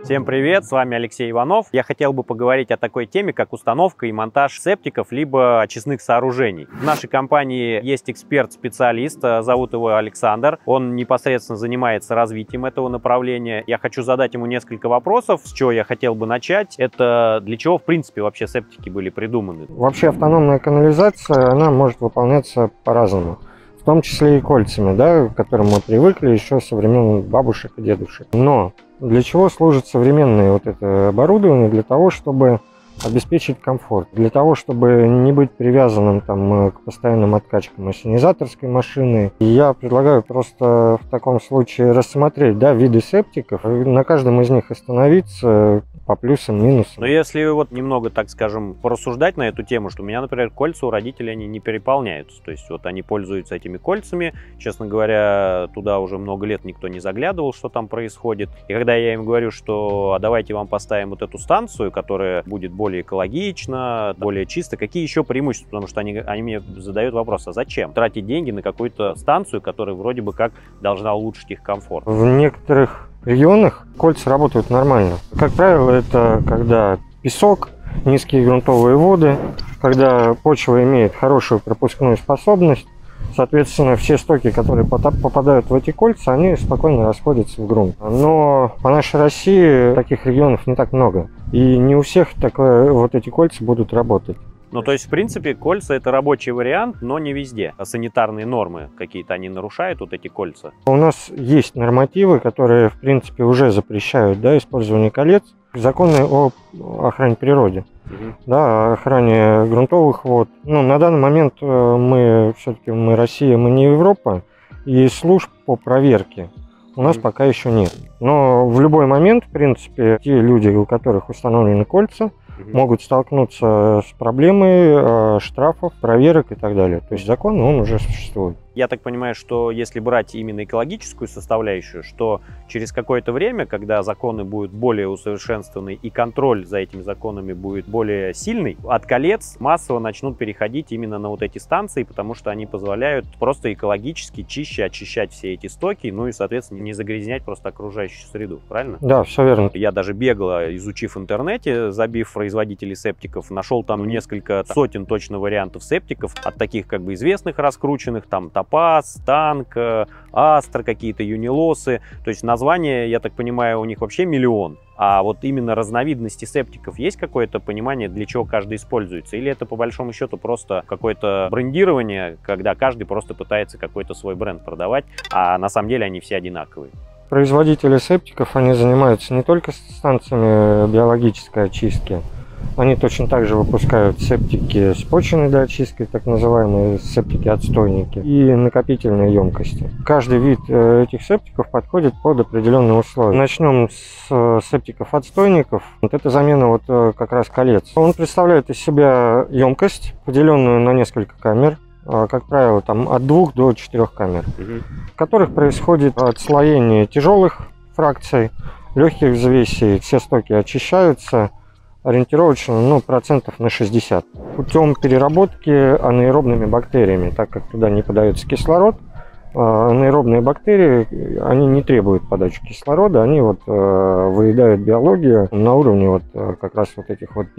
Всем привет, с вами Алексей Иванов. Я хотел бы поговорить о такой теме, как установка и монтаж септиков либо очистных сооружений. В нашей компании есть эксперт-специалист, зовут его Александр. Он непосредственно занимается развитием этого направления. Я хочу задать ему несколько вопросов, с чего я хотел бы начать. Это для чего, в принципе, вообще септики были придуманы? Вообще автономная канализация, она может выполняться по-разному. В том числе и кольцами, да, к которым мы привыкли еще со времен бабушек и дедушек. Но для чего служит современное вот это оборудование? Для того, чтобы обеспечить комфорт, для того, чтобы не быть привязанным там к постоянным откачкам ассенизаторской машины. И я предлагаю просто в таком случае рассмотреть, да, виды септиков, и на каждом из них остановиться по плюсам, минусам. Но если вот немного, так скажем, порассуждать на эту тему, что у меня, например, кольца у родителей они не переполняются, то есть вот они пользуются этими кольцами, честно говоря, туда уже много лет никто не заглядывал, что там происходит. И когда я им говорю, что а давайте вам поставим вот эту станцию, которая будет более экологична, более чисто, какие еще преимущества, потому что они мне задают вопрос, а зачем тратить деньги на какую-то станцию, которая вроде бы как должна улучшить их комфорт? В некоторых регионах кольца работают нормально. Как правило, это когда песок, низкие грунтовые воды, когда почва имеет хорошую пропускную способность. Соответственно, все стоки, которые попадают в эти кольца, они спокойно расходятся в грунт. Но по нашей России таких регионов не так много. И не у всех вот эти кольца будут работать. Ну, то есть, в принципе, кольца – это рабочий вариант, но не везде. А санитарные нормы какие-то, они нарушают вот эти кольца? У нас есть нормативы, которые, в принципе, уже запрещают, да, использование колец. Законы о охране природы, да, о охране грунтовых вод. Ну, на данный момент мы Россия, мы не Европа, и служб по проверке у нас пока еще нет. Но в любой момент, в принципе, те люди, у которых установлены кольца, могут столкнуться с проблемой штрафов, проверок и так далее. То есть закон, он уже существует. Я так понимаю, что если брать именно экологическую составляющую, что через какое-то время, когда законы будут более усовершенствованы и контроль за этими законами будет более сильный, от колец массово начнут переходить именно на вот эти станции, потому что они позволяют просто экологически чище очищать все эти стоки, ну и, соответственно, не загрязнять просто окружающую среду, правильно? Да, все верно. Я даже бегло, изучив в интернете, забив производителей септиков, нашел там несколько сотен точно вариантов септиков, от таких как бы известных раскрученных, там Топаз, Танк, Астра, какие-то Юнилосы. То есть название, я так понимаю, у них вообще миллион. А вот именно разновидности септиков есть какое-то понимание, для чего каждый используется? Или это по большому счету просто какое-то брендирование, когда каждый просто пытается какой-то свой бренд продавать, а на самом деле они все одинаковые? Производители септиков, они занимаются не только станциями биологической очистки, они точно так же выпускают септики с почвенной доочисткой, так называемые септики-отстойники, и накопительные емкости. Каждый вид этих септиков подходит под определенные условия. Начнем с септиков-отстойников. Вот это замена вот как раз колец. Он представляет из себя емкость, поделенную на несколько камер. Как правило, там от 2 до 4 камер, в которых происходит отслоение тяжелых фракций, легких взвесей. Все стоки очищаются ориентировочно, ну, процентов на 60. Путем переработки анаэробными бактериями, так как туда не подается кислород. Анаэробные бактерии, они не требуют подачи кислорода, они вот выедают биологию на уровне вот как раз вот этих вот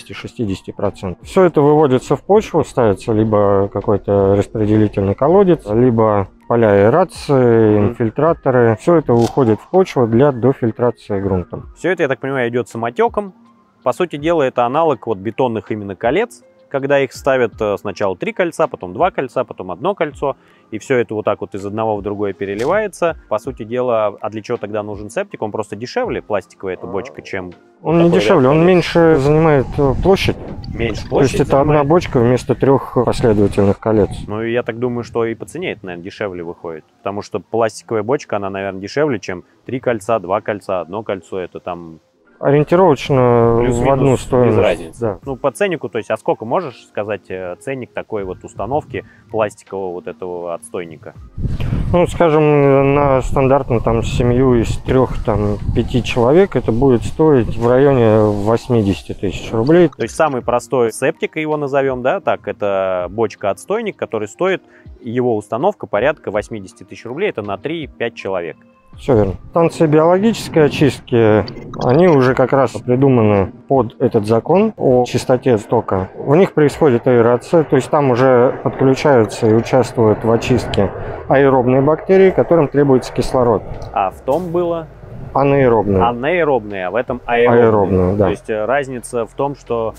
50-60%. Все это выводится в почву, ставится либо какой-то распределительный колодец, либо поля аэрации, инфильтраторы. Все это уходит в почву для дофильтрации грунтом. Все это, я так понимаю, идет самотеком. По сути дела, это аналог вот бетонных именно колец, когда их ставят сначала 3 кольца, потом 2 кольца, потом 1 кольцо, и все это вот так вот из одного в другое переливается. По сути дела, а для чего тогда нужен септик? Он просто дешевле, пластиковая эта бочка, чем... Он не дешевле, он меньше занимает площадь. Меньше площадь. То есть это одна бочка вместо 3 последовательных колец. Ну и я так думаю, что и по цене это, наверное, дешевле выходит. Потому что пластиковая бочка, она, наверное, дешевле, чем 3 кольца, 2 кольца, 1 кольцо. Это там... Ориентировочно в одну стоимость. Без разницы. Да. Ну, по ценнику, то есть, а сколько можешь сказать ценник такой вот установки пластикового вот этого отстойника? Ну, скажем, на стандартном там семью из 3-5 человек это будет стоить в районе 80 тысяч рублей. То есть самый простой септик, его назовем, да, так, это бочка-отстойник, который стоит, его установка порядка 80 тысяч рублей, это на 3-5 человек. Все верно. Станции биологической очистки, они уже как раз придуманы под этот закон о чистоте стока. В них происходит аэрация, то есть там уже подключаются и участвуют в очистке аэробные бактерии, которым требуется кислород. А в том было? Анаэробные. Анаэробные, а в этом аэробные. Аэробные, да. То есть разница в том, что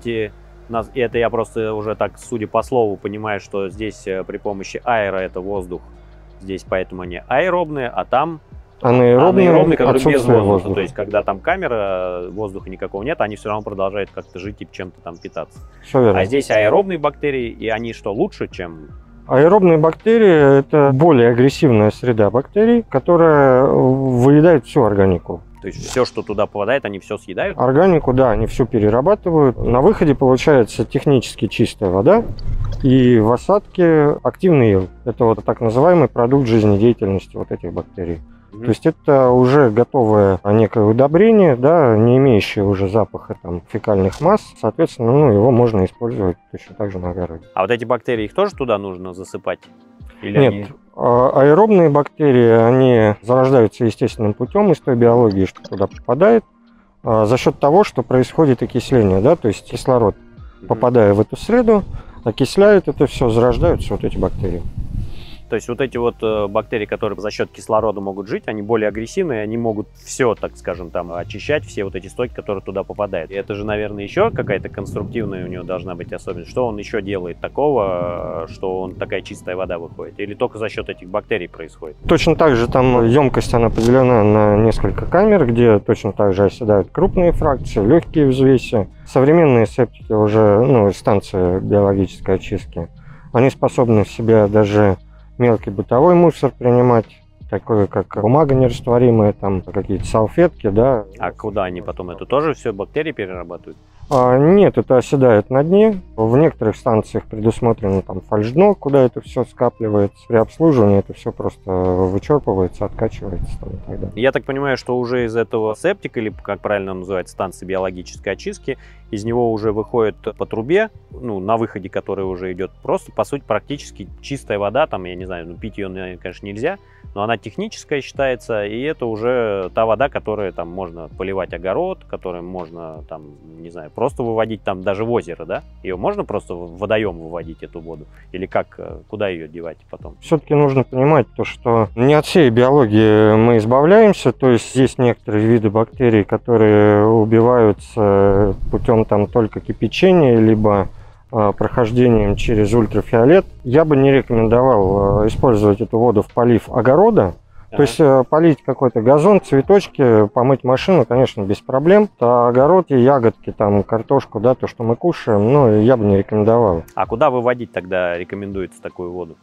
это я просто уже так, судя по слову, понимаю, что здесь при помощи аэро это воздух, здесь поэтому они аэробные, а там анаэробные, которые без воздуха. То есть когда там камера, воздуха никакого нет, они все равно продолжают как-то жить и чем-то там питаться. Все верно. А здесь аэробные бактерии, и они что, лучше, чем... Аэробные бактерии – это более агрессивная среда бактерий, которая выедает всю органику. То есть все, что туда попадает, они все съедают? Органику, да, они всю перерабатывают. На выходе получается технически чистая вода, и в осадке активный ил. Это вот так называемый продукт жизнедеятельности вот этих бактерий. То есть это уже готовое некое удобрение, да, не имеющее уже запаха там фекальных масс, соответственно, ну, его можно использовать точно так же на огороде. А вот эти бактерии, их тоже туда нужно засыпать? Или Нет, аэробные бактерии, они зарождаются естественным путем из той биологии, что туда попадает, за счет того, что происходит окисление, да, то есть кислород, попадая в эту среду, окисляет это все, зарождаются вот эти бактерии. То есть вот эти вот бактерии, которые за счет кислорода могут жить, они более агрессивные, они могут все, так скажем, там очищать, все вот эти стоки, которые туда попадают. И это же, наверное, еще какая-то конструктивная у него должна быть особенность. Что он еще делает такого, что он такая чистая вода выходит? Или только за счет этих бактерий происходит? Точно так же там емкость, она поделена на несколько камер, где точно так же оседают крупные фракции, легкие взвеси. Современные септики уже, ну, станции биологической очистки, они способны в себя даже мелкий бытовой мусор принимать, такое как бумага нерастворимая, там какие-то салфетки, да. А куда они потом? Это тоже все бактерии перерабатывают? Нет, это оседает на дне. В некоторых станциях предусмотрено там фальшдно, куда это все скапливается. При обслуживании это все просто вычерпывается, откачивается там, и так далее. Я так понимаю, что уже из этого септика, или как правильно называется, станции биологической очистки, из него уже выходит по трубе, ну, на выходе, который уже идет, просто, по сути, практически чистая вода, там, я не знаю, ну, пить ее, конечно, нельзя, но она техническая считается, и это уже та вода, которой там можно поливать огород, которой можно, там, не знаю, просто выводить там даже в озеро, да? Ее можно просто в водоем выводить, эту воду? Или как, куда ее девать потом? Все-таки нужно понимать то, что не от всей биологии мы избавляемся, то есть есть некоторые виды бактерий, которые убиваются путем там только кипячения, либо прохождением через ультрафиолет. Я бы не рекомендовал использовать эту воду в полив огорода. То есть полить какой-то газон, цветочки, помыть машину, конечно, без проблем. А огород и ягодки, там, картошку, да, то, что мы кушаем, ну, я бы не рекомендовал. А куда выводить тогда рекомендуется такую воду?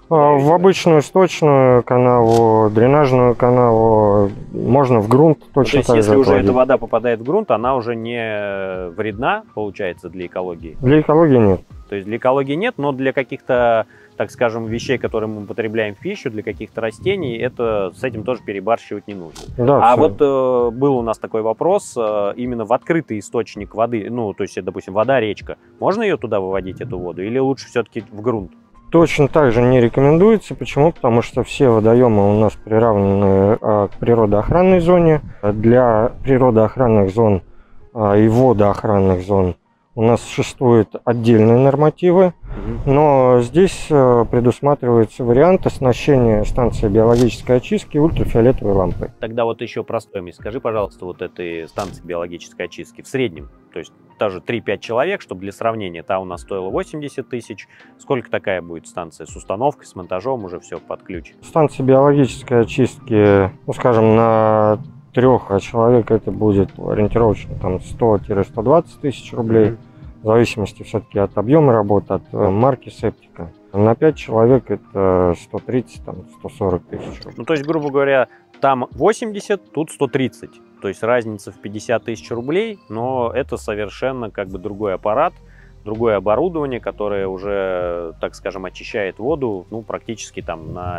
В обычную сточную канаву, дренажную канаву, можно в грунт точно так же. Если уже эта вода попадает в грунт, она уже не вредна, получается, для экологии? Для экологии нет. То есть для экологии нет, но для каких-то, так скажем, вещей, которые мы употребляем в пищу, для каких-то растений, это с этим тоже перебарщивать не нужно. Да, а вот был у нас такой вопрос, именно в открытый источник воды, ну, то есть, допустим, вода-речка, можно ее туда выводить, эту воду, или лучше все-таки в грунт? Точно так же не рекомендуется. Почему? Потому что все водоемы у нас приравнены к природоохранной зоне. Для природоохранных зон и водоохранных зон у нас существуют отдельные нормативы, но здесь предусматриваются варианты оснащения станции биологической очистки ультрафиолетовой лампой. Тогда вот еще про стоимость. Скажи, пожалуйста, вот этой станции биологической очистки в среднем, то есть даже 3-5 человек, чтобы для сравнения, та у нас стоила 80 тысяч. Сколько такая будет станция с установкой, с монтажом, уже все под ключ? Станция биологической очистки, ну, скажем, на 3 человек это будет ориентировочно там 100-120 тысяч рублей, в зависимости все-таки от объема работы, от марки септика. На 5 человек это 130-140 тысяч рублей. Ну, то есть, грубо говоря, там 80, тут 130. То есть разница в 50 тысяч рублей, но это совершенно как бы другой аппарат, другое оборудование, которое уже, так скажем, очищает воду, ну, практически там на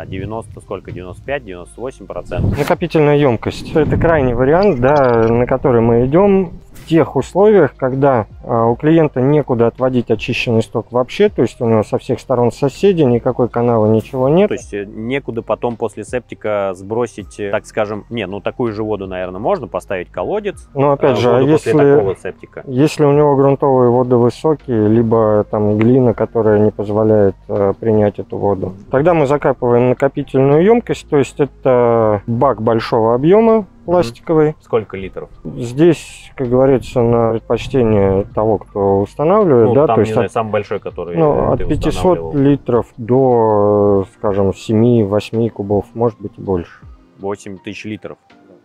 95-98%. Накопительная емкость. Это крайний вариант, да, на который мы идем. тех условиях, когда у клиента некуда отводить очищенный сток вообще, то есть у него со всех сторон соседи, никакой канавы, ничего нет. То есть некуда потом после септика сбросить, так скажем, такую же воду, наверное, можно поставить колодец. Но опять же, после такого септика. Если у него грунтовые воды высокие, либо там глина, которая не позволяет принять эту воду, тогда мы закапываем накопительную емкость, то есть это бак большого объема, пластиковый. Сколько литров? Здесь, как говорится, на предпочтение того, кто устанавливает. Да, там, то есть не знаю, самый большой, который от 500 литров до, скажем, 7-8 кубов, может быть и больше. 8 тысяч литров,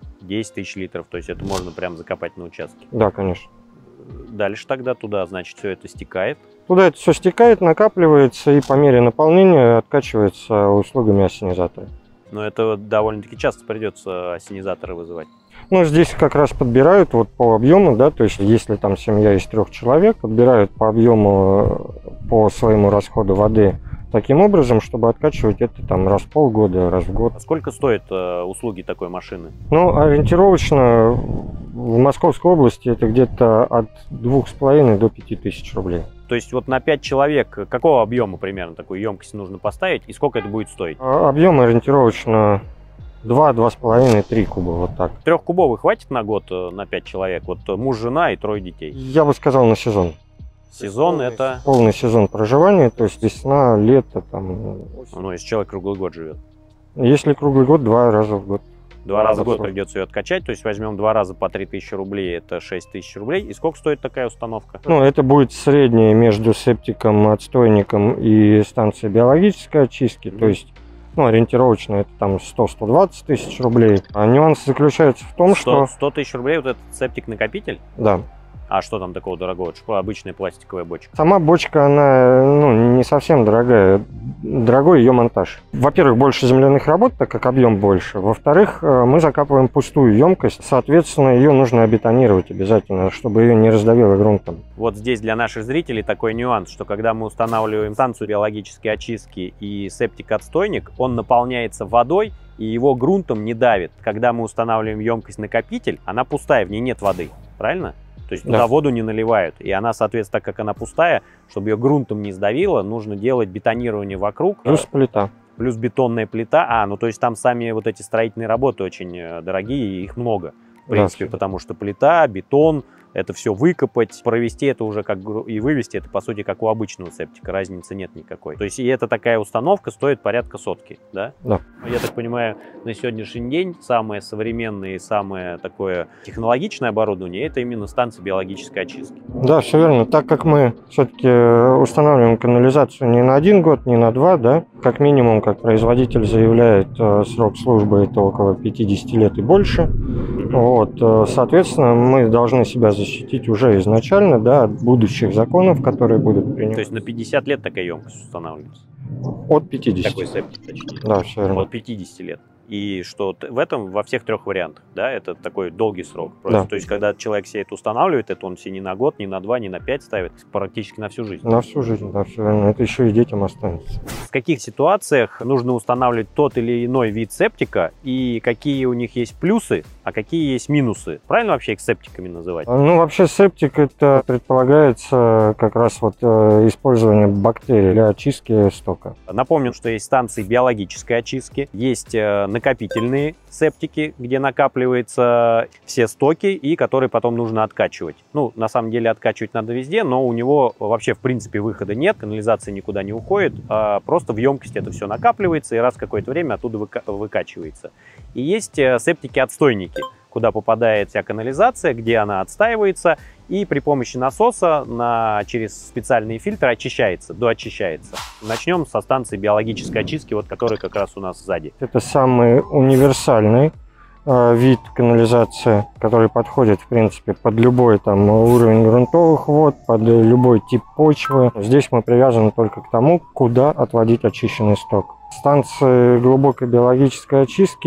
10 тысяч литров, то есть это можно прям закопать на участке. Да, конечно. Дальше тогда туда, значит, все это стекает. Туда это все стекает, накапливается и по мере наполнения откачивается услугами ассенизатора. Но это довольно-таки часто придется ассенизаторы вызывать. Ну, здесь как раз подбирают вот по объему, да, то есть если там семья из 3 человек, подбирают по объему, по своему расходу воды таким образом, чтобы откачивать это там раз в полгода, раз в год. А сколько стоят услуги такой машины? Ну, ориентировочно в Московской области это где-то от 2500 до 5000 рублей. То есть вот на 5 человек какого объема примерно такую емкость нужно поставить и сколько это будет стоить? Объем ориентировочно 2, 2,5, 3 куба, вот так. 3-кубовый хватит на год на 5 человек? Вот муж, жена и 3 детей. Я бы сказал на сезон. Сезон это? Полный сезон проживания, то есть весна, лето, там. Ну, если человек круглый год живет. Если круглый год, 2 раза в год. 2 раза в год придется ее откачать, то есть возьмем 2 раза по 3000 рублей, это 6000 рублей. И сколько стоит такая установка? Ну, это будет среднее между септиком, отстойником и станцией биологической очистки, то есть, ну, ориентировочно это там 100-120 тысяч рублей. А нюанс заключается в том, что... 100 тысяч рублей вот этот септик-накопитель? Да. А что там такого дорогого? Это же обычная пластиковая бочка. Сама бочка, она не совсем дорогая. Дорогой ее монтаж. Во-первых, больше земляных работ, так как объем больше. Во-вторых, мы закапываем пустую емкость. Соответственно, ее нужно обетонировать обязательно, чтобы ее не раздавило грунтом. Вот здесь для наших зрителей такой нюанс, что когда мы устанавливаем станцию биологической очистки и септик-отстойник, он наполняется водой и его грунтом не давит. Когда мы устанавливаем емкость-накопитель, она пустая, в ней нет воды. Правильно? То есть туда воду не наливают. И она, соответственно, так как она пустая, чтобы ее грунтом не сдавило, нужно делать бетонирование вокруг. Плюс плита. Плюс бетонная плита. Ну то есть там сами вот эти строительные работы очень дорогие, и их много. В принципе, потому что плита, бетон, это все выкопать, провести это уже как и вывести, это по сути как у обычного септика, разницы нет никакой. То есть и эта такая установка стоит порядка 100, да? Да. Я так понимаю, на сегодняшний день самое современное и самое такое технологичное оборудование это именно станция биологической очистки. Да, все верно. Так как мы все-таки устанавливаем канализацию не на 1 год, не на 2, да, как минимум, как производитель заявляет, срок службы это около 50 лет и больше. Вот, соответственно, мы должны себя защитить уже изначально, да, от будущих законов, которые будут приняты. То есть на 50 лет такая емкость устанавливается? От 50. Такой септик, точнее. Да, все верно. От 50 лет. И что в этом во всех 3 вариантах, да, это такой долгий срок. Просто, да. То есть, когда человек себе это устанавливает, это он себе не на год, не на 2, не на 5 ставит, практически на всю жизнь. На всю жизнь, да, все верно. Это еще и детям останется. В каких ситуациях нужно устанавливать тот или иной вид септика, и какие у них есть плюсы, а какие есть минусы? Правильно вообще их септиками называть? Ну, вообще септик это предполагается как раз вот использование бактерий для очистки стока. Напомню, что есть станции биологической очистки, есть накопительные септики, где накапливаются все стоки и которые потом нужно откачивать. Ну, на самом деле откачивать надо везде, но у него вообще в принципе выхода нет, канализация никуда не уходит, а просто в емкости это все накапливается и раз в какое-то время оттуда выкачивается. И есть септики-отстойники, куда попадает вся канализация, где она отстаивается и при помощи насоса через специальные фильтры очищается, доочищается. Начнем со станции биологической очистки, вот которая как раз у нас сзади. Это самый универсальный вид канализации, который подходит, в принципе, под любой там уровень грунтовых вод, под любой тип почвы. Здесь мы привязаны только к тому, куда отводить очищенный сток. Станции глубокой биологической очистки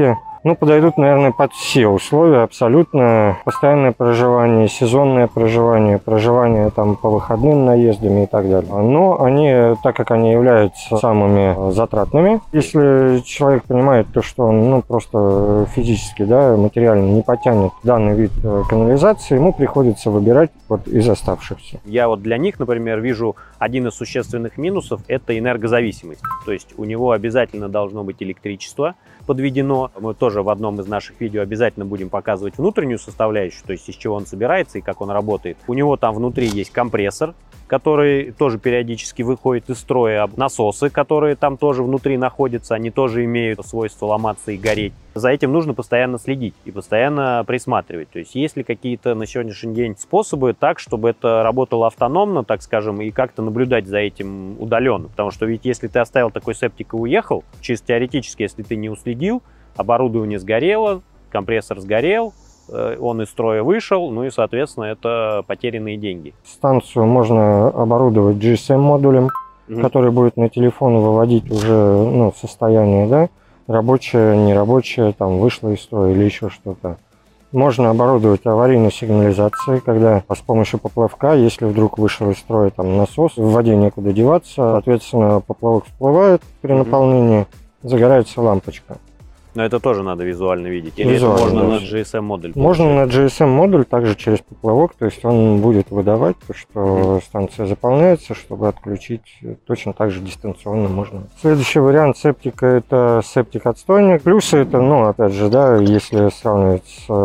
Ну, подойдут, наверное, под все условия абсолютно. Постоянное проживание, сезонное проживание, проживание там по выходным наездами и так далее. Но они, так как они являются самыми затратными, если человек понимает то, что он просто физически, да, материально не потянет данный вид канализации, ему приходится выбирать вот из оставшихся. Я вот для них, например, вижу один из существенных минусов – это энергозависимость. То есть у него обязательно должно быть электричество подведено. Мы тоже в одном из наших видео обязательно будем показывать внутреннюю составляющую, то есть из чего он собирается и как он работает. У него там внутри есть компрессор, который тоже периодически выходит из строя, насосы, которые там тоже внутри находятся, они тоже имеют свойство ломаться и гореть. За этим нужно постоянно следить и постоянно присматривать. То есть есть ли какие-то на сегодняшний день способы так, чтобы это работало автономно, так скажем, и как-то наблюдать за этим удаленно. Потому что ведь если ты оставил такой септик и уехал, чисто теоретически, если ты не уследил, оборудование сгорело, компрессор сгорел, он из строя вышел, ну и, соответственно, это потерянные деньги. Станцию можно оборудовать GSM-модулем, который будет на телефон выводить уже состояние, да, рабочее, нерабочее, там, вышло из строя или еще что-то. Можно оборудовать аварийной сигнализацией, когда с помощью поплавка, если вдруг вышел из строя там насос, в воде некуда деваться, соответственно, поплавок всплывает при наполнении, загорается лампочка. Но это тоже надо визуально видеть. Или визуально, это можно да. на GSM-модуль? Можно на GSM-модуль, также через поплавок, то есть он будет выдавать то, что станция заполняется, чтобы отключить точно так же дистанционно можно. Следующий вариант септика — это септик-отстойник. Плюсы это, опять же, да, если сравнивать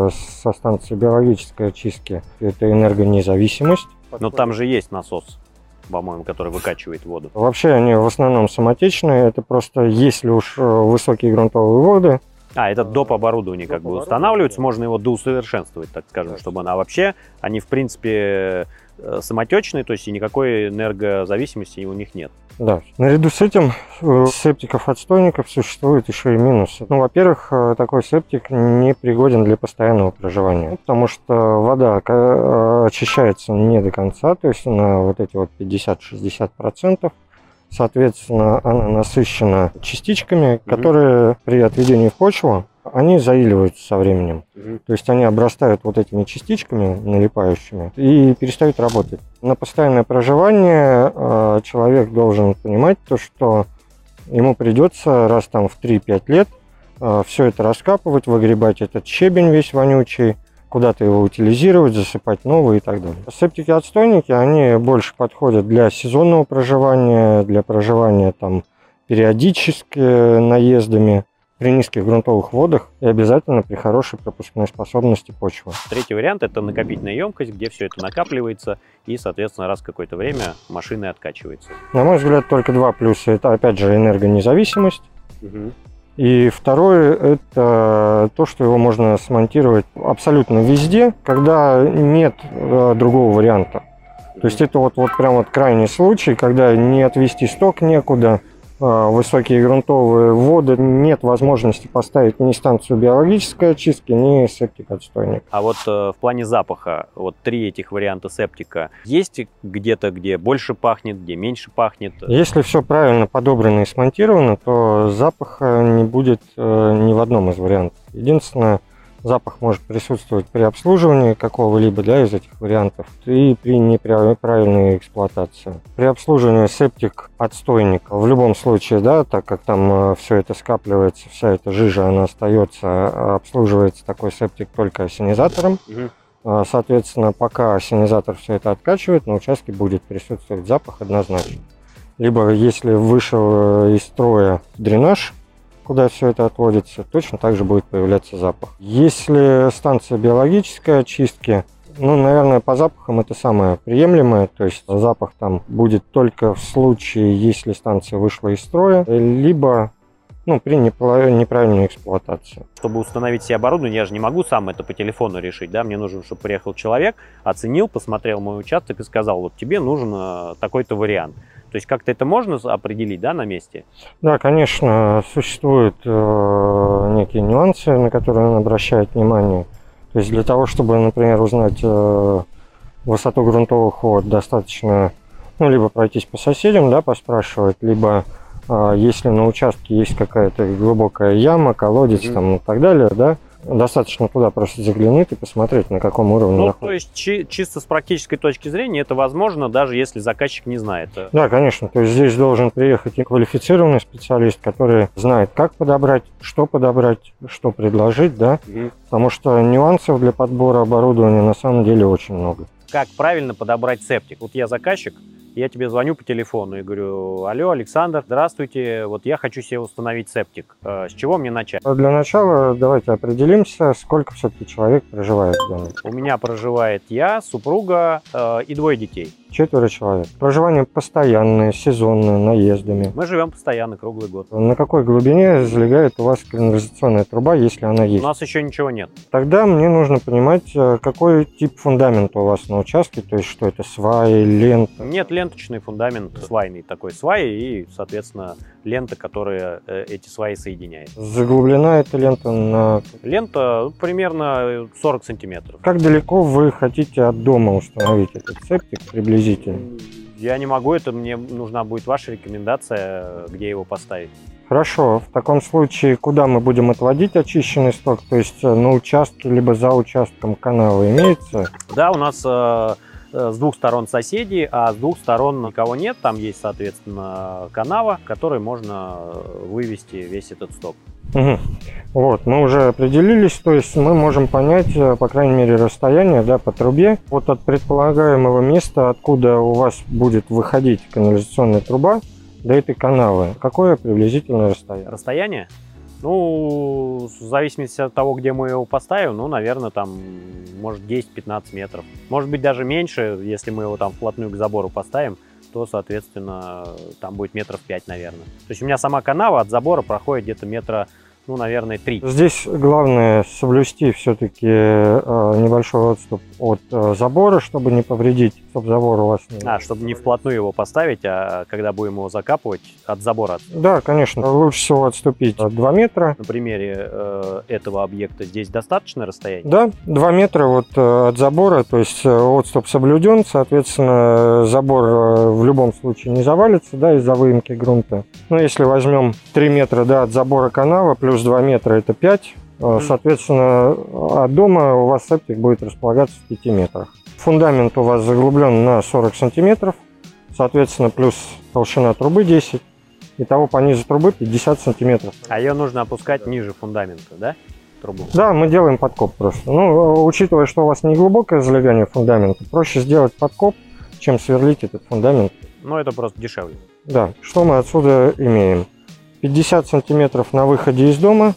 со станцией биологической очистки, это энергонезависимость. Но там же есть насос, по-моему, который выкачивает воду. Вообще они в основном самотечные, это просто если уж высокие грунтовые воды. Это доп. Оборудование как бы устанавливается, можно его доусовершенствовать, так скажем, чтобы она вообще, они в принципе самотечные, то есть и никакой энергозависимости у них нет. Да. Наряду с этим септиков-отстойников существует еще и минусы. Во-первых, такой септик не пригоден для постоянного проживания, потому что вода очищается не до конца, то есть на вот эти вот 50-60%. Соответственно, она насыщена частичками, которые при отведении в почву, они заиливаются со временем. То есть они обрастают вот этими частичками налипающими и перестают работать. На постоянное проживание человек должен понимать то, что ему придется раз там в 3-5 лет все это раскапывать, выгребать этот щебень весь вонючий, куда-то его утилизировать, засыпать новые и так далее. Септики-отстойники, они больше подходят для сезонного проживания, для проживания там периодически наездами при низких грунтовых водах и обязательно при хорошей пропускной способности почвы. Третий вариант – это накопительная емкость, где все это накапливается и, соответственно, раз в какое-то время машины откачивается. На мой взгляд, только два плюса. Это, опять же, энергонезависимость. И второе – это то, что его можно смонтировать абсолютно везде, когда нет другого варианта. То есть это вот прям вот крайний случай, когда не отвести сток некуда, высокие грунтовые воды, нет возможности поставить ни станцию биологической очистки, ни септик-отстойник. А вот в плане запаха, вот 3 этих варианта септика, есть где-то, где больше пахнет, где меньше пахнет? Если все правильно подобрано и смонтировано, то запаха не будет ни в одном из вариантов. Единственное, запах может присутствовать при обслуживании какого-либо из этих вариантов и при неправильной эксплуатации. При обслуживании септик-отстойник в любом случае, так как там все это скапливается, вся эта жижа, она остается, обслуживается такой септик только ассенизатором. Соответственно, пока ассенизатор все это откачивает, на участке будет присутствовать запах однозначно. Либо если вышел из строя дренаж, куда все это отводится, точно так же будет появляться запах. Если станция биологической очистки, наверное, по запахам это самое приемлемое, то есть запах там будет только в случае, если станция вышла из строя, либо при неправильной эксплуатации. Чтобы установить себе оборудование, я же не могу сам это по телефону решить, мне нужно, чтобы приехал человек, оценил, посмотрел мой участок и сказал, вот тебе нужен такой-то вариант. То есть как-то это можно определить, на месте? Да, конечно, существуют некие нюансы, на которые надо обращать внимание. То есть для того, чтобы, например, узнать высоту грунтовых вод, достаточно либо пройтись по соседям, поспрашивать, либо Если на участке есть какая-то глубокая яма, колодец там, и так далее, да, достаточно туда просто заглянуть и посмотреть, на каком уровне находится. То есть чисто с практической точки зрения это возможно, даже если заказчик не знает. Да, конечно. То есть здесь должен приехать и квалифицированный специалист, который знает, как подобрать, что предложить, да, потому что нюансов для подбора оборудования на самом деле очень много. Как правильно подобрать септик? Вот я заказчик, я тебе звоню по телефону и говорю: алло, Александр, здравствуйте, вот я хочу себе установить септик. С чего мне начать? Для начала давайте определимся, сколько все-таки человек проживает в доме. У меня проживает я, супруга и 2 детей. 4 человек. Проживание постоянное, сезонное, наездами. Мы живем постоянно, круглый год. На какой глубине залегает у вас канализационная труба, если она есть? У нас еще ничего нет. Тогда мне нужно понимать, какой тип фундамента у вас на участке, то есть что это, сваи, лента? Нет, ленточный фундамент, свайный такой, сваи и, соответственно, лента, которая эти сваи соединяет. Заглублена эта лента на... Лента примерно 40 сантиметров. Как далеко вы хотите от дома установить этот септик приблизительно? Я не могу, это мне нужна будет ваша рекомендация, где его поставить. Хорошо, в таком случае куда мы будем отводить очищенный сток? То есть на участке, либо за участком канала имеется? Да, у нас с 2 сторон соседи, а с 2 сторон никого нет. Там есть, соответственно, канава, в которой можно вывести весь этот сток. Угу. Вот, мы уже определились, то есть мы можем понять, по крайней мере, расстояние, да, по трубе. Вот от предполагаемого места, откуда у вас будет выходить канализационная труба, до этой канавы, какое приблизительное расстояние? Расстояние? Ну, в зависимости от того, где мы его поставим, ну, наверное, там, может, 10-15 метров. Может быть, даже меньше, если мы его там вплотную к забору поставим, то, соответственно, там будет метров 5, наверное. То есть у меня сама канава от забора проходит где-то метра, ну, наверное, 3. Здесь главное соблюсти все-таки небольшой отступ от забора, чтобы не повредить, чтобы забор у вас не... чтобы не вплотную его поставить, а когда будем его закапывать, от забора. Да, конечно. Лучше всего отступить 2 метра. На примере этого объекта здесь достаточно расстояние? Да, 2 метра вот от забора, то есть отступ соблюден, соответственно, забор в любом случае не завалится, да, из-за выемки грунта. Но если возьмем 3 метра, да, от забора канава, плюс 2 метра это 5, соответственно, от дома у вас септик будет располагаться в 5 метрах. Фундамент у вас заглублен на 40 сантиметров, соответственно, плюс толщина трубы 10, итого по низу трубы 50 сантиметров. А ее нужно опускать ниже фундамента, да? Трубу? Да, мы делаем подкоп просто. Ну, учитывая, что у вас не глубокое залегание фундамента, проще сделать подкоп, чем сверлить этот фундамент. Ну, это просто дешевле. Да, что мы отсюда имеем? 50 сантиметров на выходе из дома,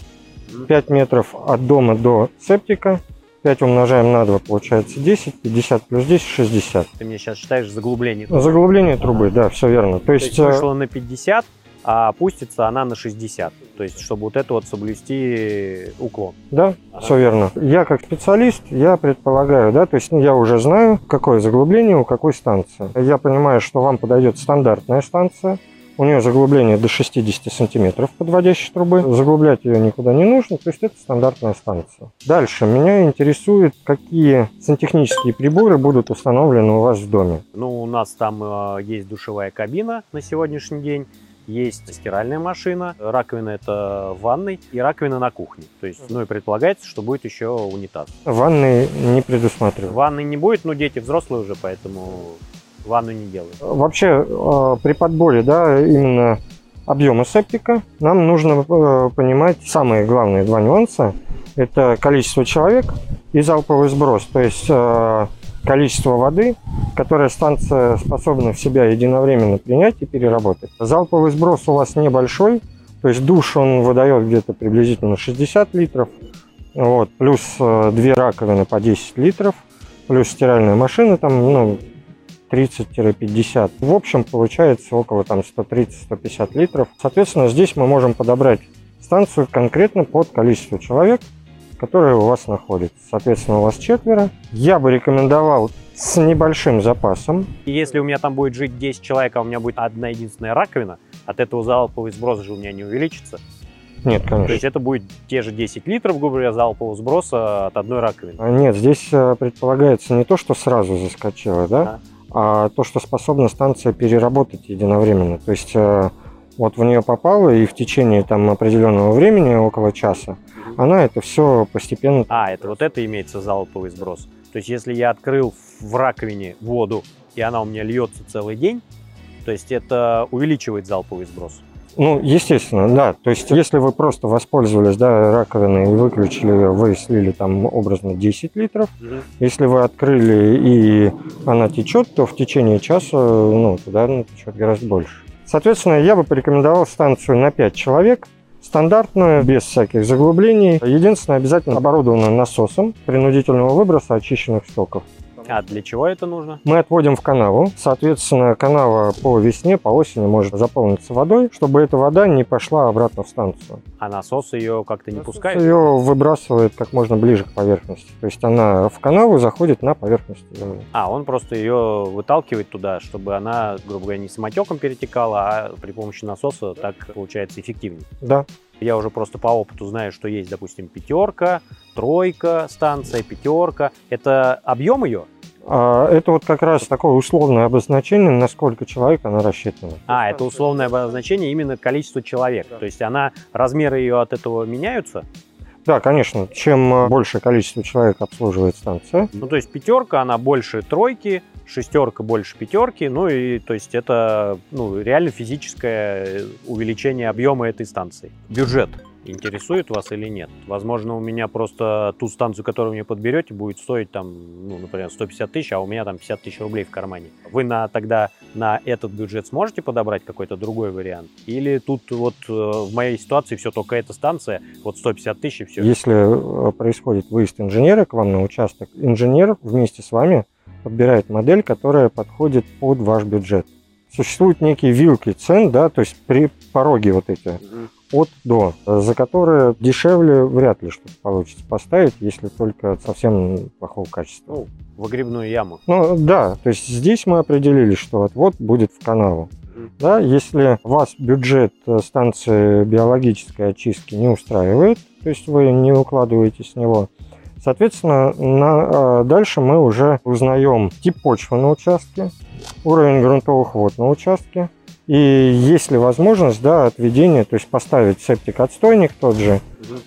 5 метров от дома до септика, 5 умножаем на 2, получается 10, 50 плюс 10, 60. Ты мне сейчас считаешь заглубление? Заглубление трубы, да, все верно. То есть вышло на 50, а опустится она на 60. То есть, чтобы вот это вот соблюсти уклон. Да, все верно. Я как специалист, я предполагаю, да, то есть я уже знаю, какое заглубление у какой станции. Я понимаю, что вам подойдет стандартная станция. У нее заглубление до 60 сантиметров подводящей трубы. Заглублять ее никуда не нужно, то есть это стандартная станция. Дальше меня интересует, какие сантехнические приборы будут установлены у вас в доме. Ну, у нас там есть душевая кабина на сегодняшний день. Есть стиральная машина, раковина это в ванной и раковина на кухне. То есть, ну и предполагается, что будет еще унитаз. Ванны не предусматриваю. Ванны не будет, но дети взрослые уже, поэтому ванну не делают. Вообще при подборе, да, именно объема септика нам нужно понимать самые главные 2 нюанса. Это количество человек и залповый сброс. То есть количество воды, которое станция способна в себя единовременно принять и переработать. Залповый сброс у вас небольшой, то есть душ он выдает где-то приблизительно 60 литров, вот, плюс 2 раковины по 10 литров, плюс стиральная машина там, ну, 30-50. В общем, получается около там 130-150 литров. Соответственно, здесь мы можем подобрать станцию конкретно под количество человек, которые у вас находятся. Соответственно, у вас 4. Я бы рекомендовал с небольшим запасом. И если у меня там будет жить 10 человек, а у меня будет одна единственная раковина, от этого залповый сброс же у меня не увеличится. Нет, конечно. То есть это будет те же 10 литров, грубо говоря, залпового сброса от одной раковины. Нет, здесь предполагается не то, что сразу заскочило, да, а то, что способна станция переработать единовременно. То есть вот в нее попала, и в течение там определенного времени, около часа, она это все постепенно... Это вот это имеется залповый сброс. То есть если я открыл в раковине воду, и она у меня льется целый день, то есть это увеличивает залповый сброс. Ну, естественно, да. То есть, если вы просто воспользовались, да, раковиной и выключили ее, вы слили там образно 10 литров. Если вы открыли и она течет, то в течение часа, ну, туда течет гораздо больше. Соответственно, я бы порекомендовал станцию на 5 человек. Стандартную, без всяких заглублений. Единственное, обязательно оборудована насосом принудительного выброса очищенных стоков. А для чего это нужно? Мы отводим в канаву. Соответственно, канава по весне, по осени может заполниться водой, чтобы эта вода не пошла обратно в станцию. А насос ее как-то не пускает? Ее выбрасывает как можно ближе к поверхности. То есть она в канаву заходит на поверхность земли. Он просто ее выталкивает туда, чтобы она, грубо говоря, не самотеком перетекала, а при помощи насоса так получается эффективнее. Да. Я уже просто по опыту знаю, что есть, допустим, 5, 3 станция, 5. Это объем ее? Это вот как раз такое условное обозначение, на сколько человек она рассчитана. Это условное обозначение именно количество человек. То есть размеры ее от этого меняются? Да, конечно. Чем большее количество человек обслуживает станция. Ну, то есть 5, она больше 3, 6 больше 5. Ну, и то есть это реально физическое увеличение объема этой станции. Бюджет интересует вас или нет? Возможно, у меня просто ту станцию, которую вы мне подберете, будет стоить там, например, 150 тысяч, а у меня там 50 тысяч рублей в кармане. Вы тогда на этот бюджет сможете подобрать какой-то другой вариант? Или тут вот в моей ситуации все только эта станция, вот 150 тысяч и все? Если происходит выезд инженера к вам на участок, инженер вместе с вами подбирает модель, которая подходит под ваш бюджет. Существуют некие вилки цен, да, то есть при пороге вот эти от до, за которые дешевле вряд ли что-то получится поставить, если только совсем плохого качества. Выгребную яму. Да, то есть здесь мы определили, что отвод будет в канаву. Да, если вас бюджет станции биологической очистки не устраивает, то есть вы не укладываетесь в него, соответственно, дальше мы уже узнаем тип почвы на участке, уровень грунтовых вод на участке, и есть ли возможность, да, отведения, то есть поставить септик-отстойник тот же,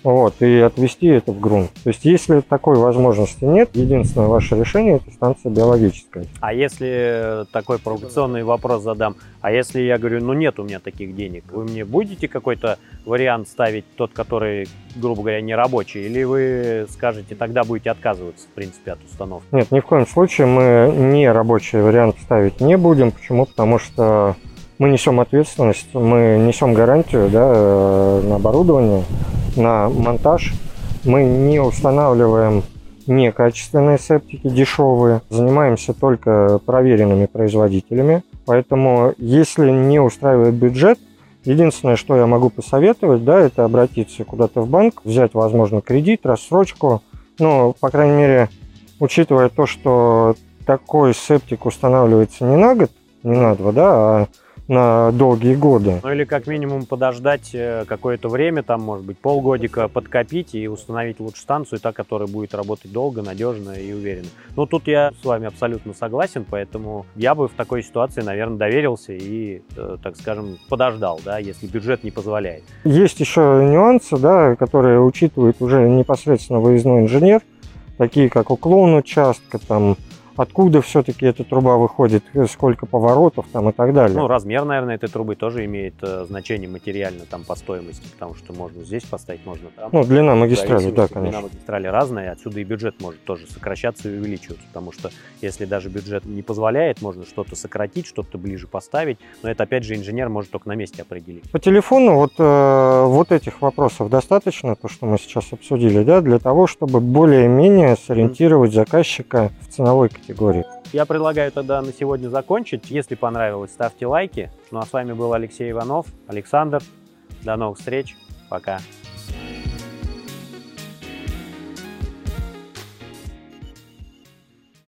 и отвести это в грунт. То есть если такой возможности нет, единственное ваше решение – это станция биологическая. А если такой провокационный вопрос задам, а если я говорю, нет у меня таких денег, вы мне будете какой-то вариант ставить, тот, который, грубо говоря, не рабочий, или вы скажете, тогда будете отказываться, в принципе, от установки? Нет, ни в коем случае мы не рабочий вариант ставить не будем. Почему? Потому что мы несем ответственность, мы несем гарантию, да, на оборудование, на монтаж. Мы не устанавливаем некачественные септики, дешевые. Занимаемся только проверенными производителями. Поэтому, если не устраивает бюджет, единственное, что я могу посоветовать, да, это обратиться куда-то в банк, взять, возможно, кредит, рассрочку. По крайней мере, учитывая то, что такой септик устанавливается не на год, не на 2, да, а на долгие годы. Или как минимум подождать какое-то время, там, может быть, полгодика подкопить и установить лучше станцию, та, которая будет работать долго, надежно и уверенно. Тут я с вами абсолютно согласен, поэтому я бы в такой ситуации, наверное, доверился и, так скажем, подождал, да, если бюджет не позволяет. Есть еще нюансы, да, которые учитывает уже непосредственно выездной инженер, такие как уклон участка, там, откуда все-таки эта труба выходит, сколько поворотов там и так далее. Размер, наверное, этой трубы тоже имеет значение материально там по стоимости, потому что можно здесь поставить, можно там. Длина магистрали, да, конечно. Длина магистрали разная, отсюда и бюджет может тоже сокращаться и увеличиваться, потому что если даже бюджет не позволяет, можно что-то сократить, что-то ближе поставить, но это, опять же, инженер может только на месте определить. По телефону вот этих вопросов достаточно, то, что мы сейчас обсудили, да, для того, чтобы более-менее сориентировать заказчика в ценовой категории. Я предлагаю тогда на сегодня закончить. Если понравилось, ставьте лайки. А с вами был Алексей Иванов, Александр. До новых встреч. Пока.